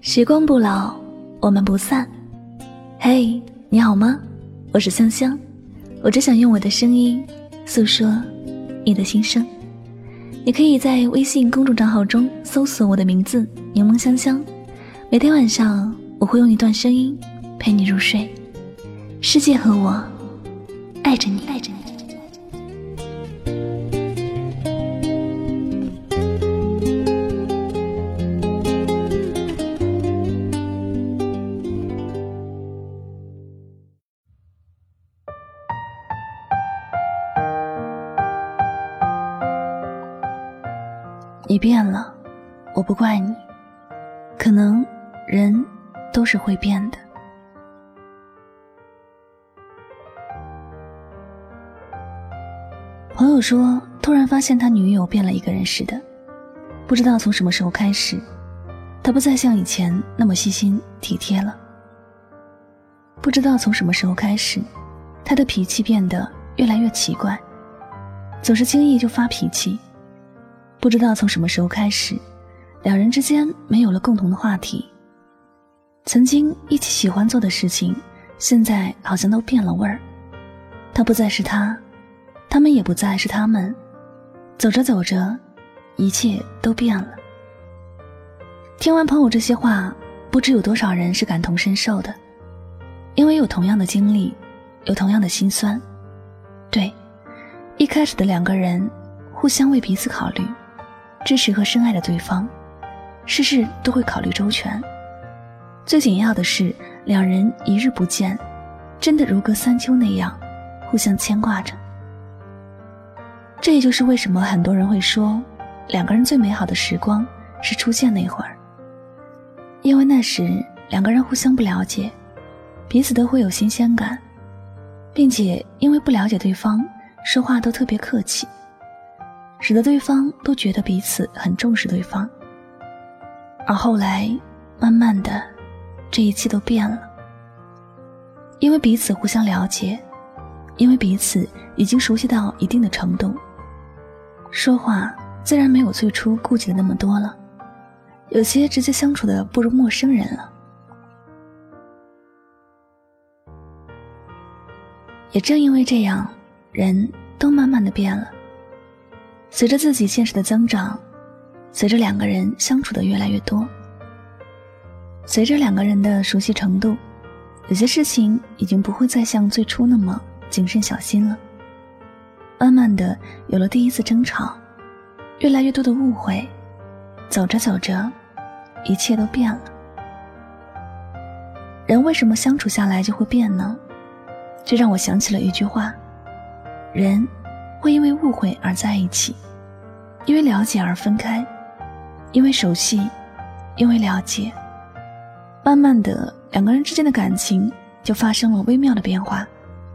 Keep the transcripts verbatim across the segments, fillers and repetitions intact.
时光不老，我们不散。嘿，你好吗？我是香香，我只想用我的声音诉说你的心声。你可以在微信公众账号中搜索我的名字柠檬香香，每天晚上我会用一段声音陪你入睡。世界和我爱着你，爱着你。你变了，我不怪你，可能人都是会变的。朋友说，突然发现他女友变了一个人似的，不知道从什么时候开始，他不再像以前那么细心体贴了。不知道从什么时候开始，他的脾气变得越来越奇怪，总是轻易就发脾气。不知道从什么时候开始，两人之间没有了共同的话题。曾经一起喜欢做的事情，现在好像都变了味儿。他不再是他，他们也不再是他们。走着走着，一切都变了。听完朋友这些话，不知有多少人是感同身受的，因为有同样的经历，有同样的心酸。对，一开始的两个人互相为彼此考虑，支持和深爱的对方，事事都会考虑周全。最紧要的是，两人一日不见，真的如隔三秋那样互相牵挂着。这也就是为什么很多人会说，两个人最美好的时光是初见那会儿。因为那时两个人互相不了解，彼此都会有新鲜感，并且因为不了解对方，说话都特别客气，使得对方都觉得彼此很重视对方。而后来慢慢的，这一切都变了。因为彼此互相了解，因为彼此已经熟悉到一定的程度，说话自然没有最初顾忌的那么多了，有些直接相处的不如陌生人了。也正因为这样，人都慢慢的变了。随着自己见识的增长，随着两个人相处的越来越多，随着两个人的熟悉程度，有些事情已经不会再像最初那么谨慎小心了。慢慢的有了第一次争吵，越来越多的误会，走着走着，一切都变了。人为什么相处下来就会变呢？这让我想起了一句话，人会因为误会而在一起，因为了解而分开，因为熟悉，因为了解，慢慢的两个人之间的感情就发生了微妙的变化，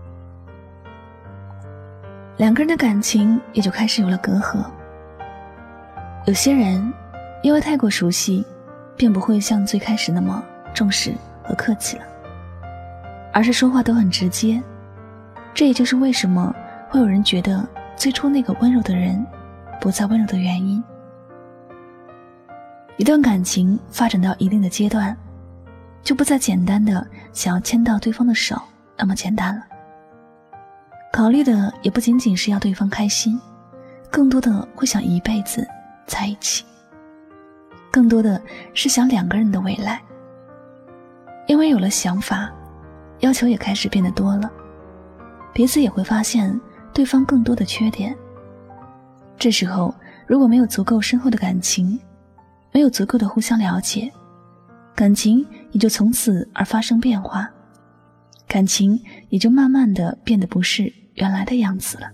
两个人的感情也就开始有了隔阂。有些人因为太过熟悉，便不会像最开始那么重视和客气了，而是说话都很直接。这也就是为什么会有人觉得最初那个温柔的人不再温柔的原因。一段感情发展到一定的阶段，就不再简单的想要牵到对方的手那么简单了，考虑的也不仅仅是要对方开心，更多的会想一辈子在一起，更多的是想两个人的未来。因为有了想法，要求也开始变得多了，彼此也会发现对方更多的缺点。这时候如果没有足够深厚的感情，没有足够的互相了解，感情也就从此而发生变化，感情也就慢慢的变得不是原来的样子了。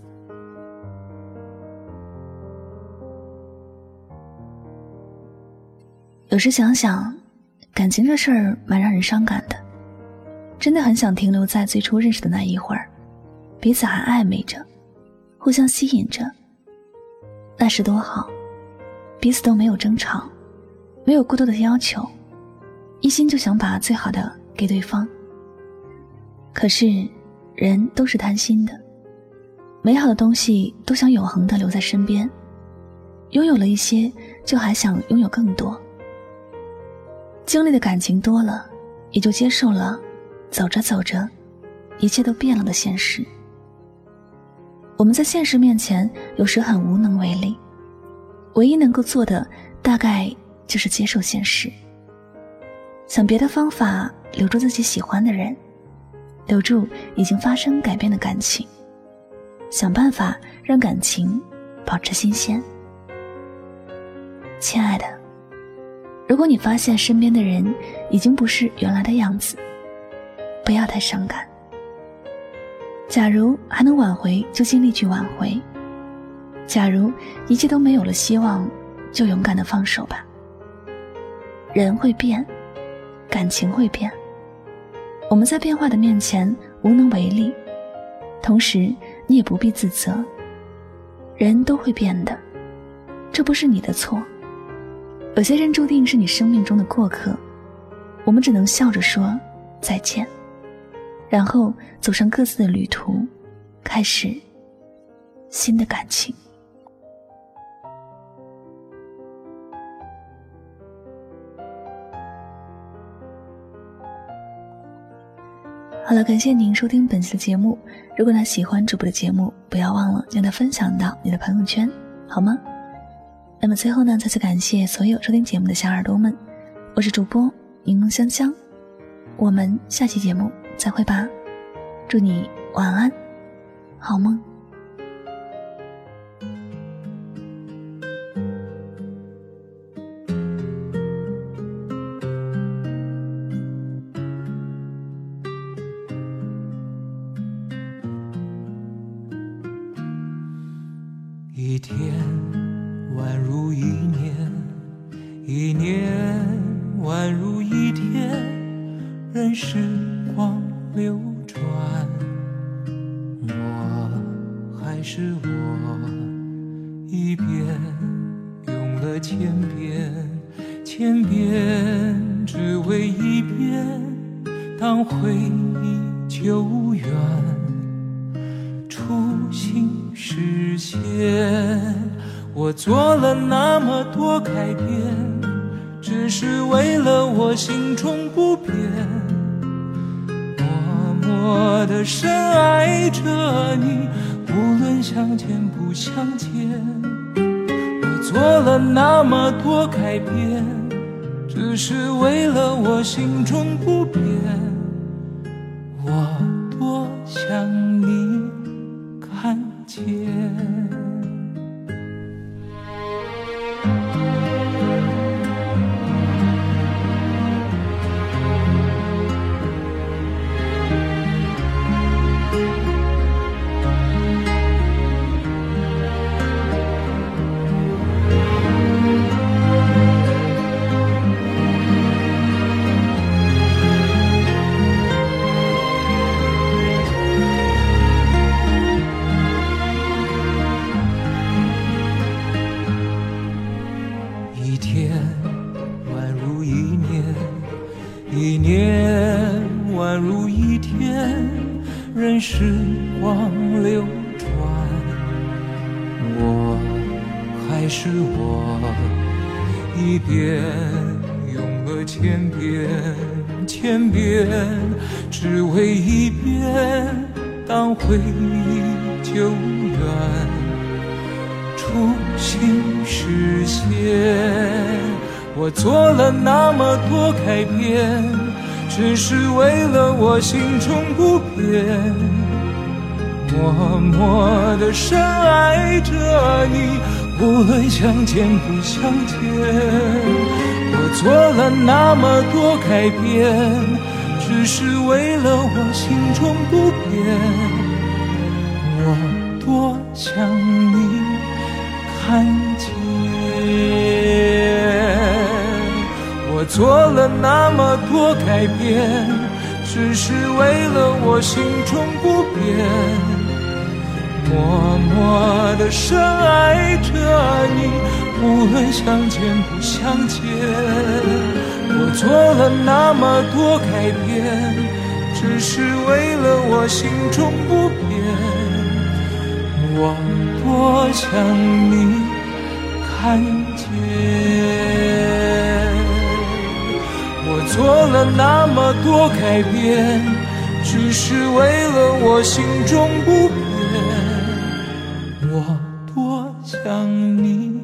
有时想想，感情这事儿蛮让人伤感的，真的很想停留在最初认识的那一会儿，彼此还暧昧着，互相吸引着，那时多好，彼此都没有争吵，没有过多的要求，一心就想把最好的给对方。可是人都是贪心的，美好的东西都想永恒的留在身边，拥有了一些就还想拥有更多。 经历的感情多了，也就接受了走着走着一切都变了的现实。我们在现实面前有时很无能为力，唯一能够做的大概就是接受现实，想别的方法留住自己喜欢的人，留住已经发生改变的感情，想办法让感情保持新鲜。亲爱的，如果你发现身边的人已经不是原来的样子，不要太伤感。假如还能挽回，就尽力去挽回；假如一切都没有了希望，就勇敢地放手吧。人会变，感情会变，我们在变化的面前无能为力，同时你也不必自责。人都会变的，这不是你的错。有些人注定是你生命中的过客，我们只能笑着说再见，然后走上各自的旅途，开始新的感情。好了，感谢您收听本期的节目。如果你喜欢主播的节目，不要忘了将它分享到你的朋友圈，好吗？那么最后呢，再次感谢所有收听节目的小耳朵们，我是主播柠檬香香，我们下期节目再会吧，祝你晚安，好梦。 一天宛如一年，一年宛如一天，任时光流转，我还是我，一遍用了千遍，千遍只为一遍，当回忆久远，初心实现。我做了那么多改变，只是为了我心中不变，默默地深爱着你，无论相见不相见。我做了那么多改变，只是为了我心中不变，我多想你看见。一天宛如一年，一年宛如一天，任时光流转，我还是我，一遍用了千遍，千遍只为一遍，当回忆久远，初心实现。我做了那么多改变，只是为了我心中不变，默默地深爱着你，无论相见不相见。我做了那么多改变，只是为了我心中不变，我多想你看见。我做了那么多改变，只是为了我心中不变，默默地深爱着你，无论相见不相见。我做了那么多改变，只是为了我心中不变，我多想你看见。 做了那么多改变，只是为了我心中不变。我多想你。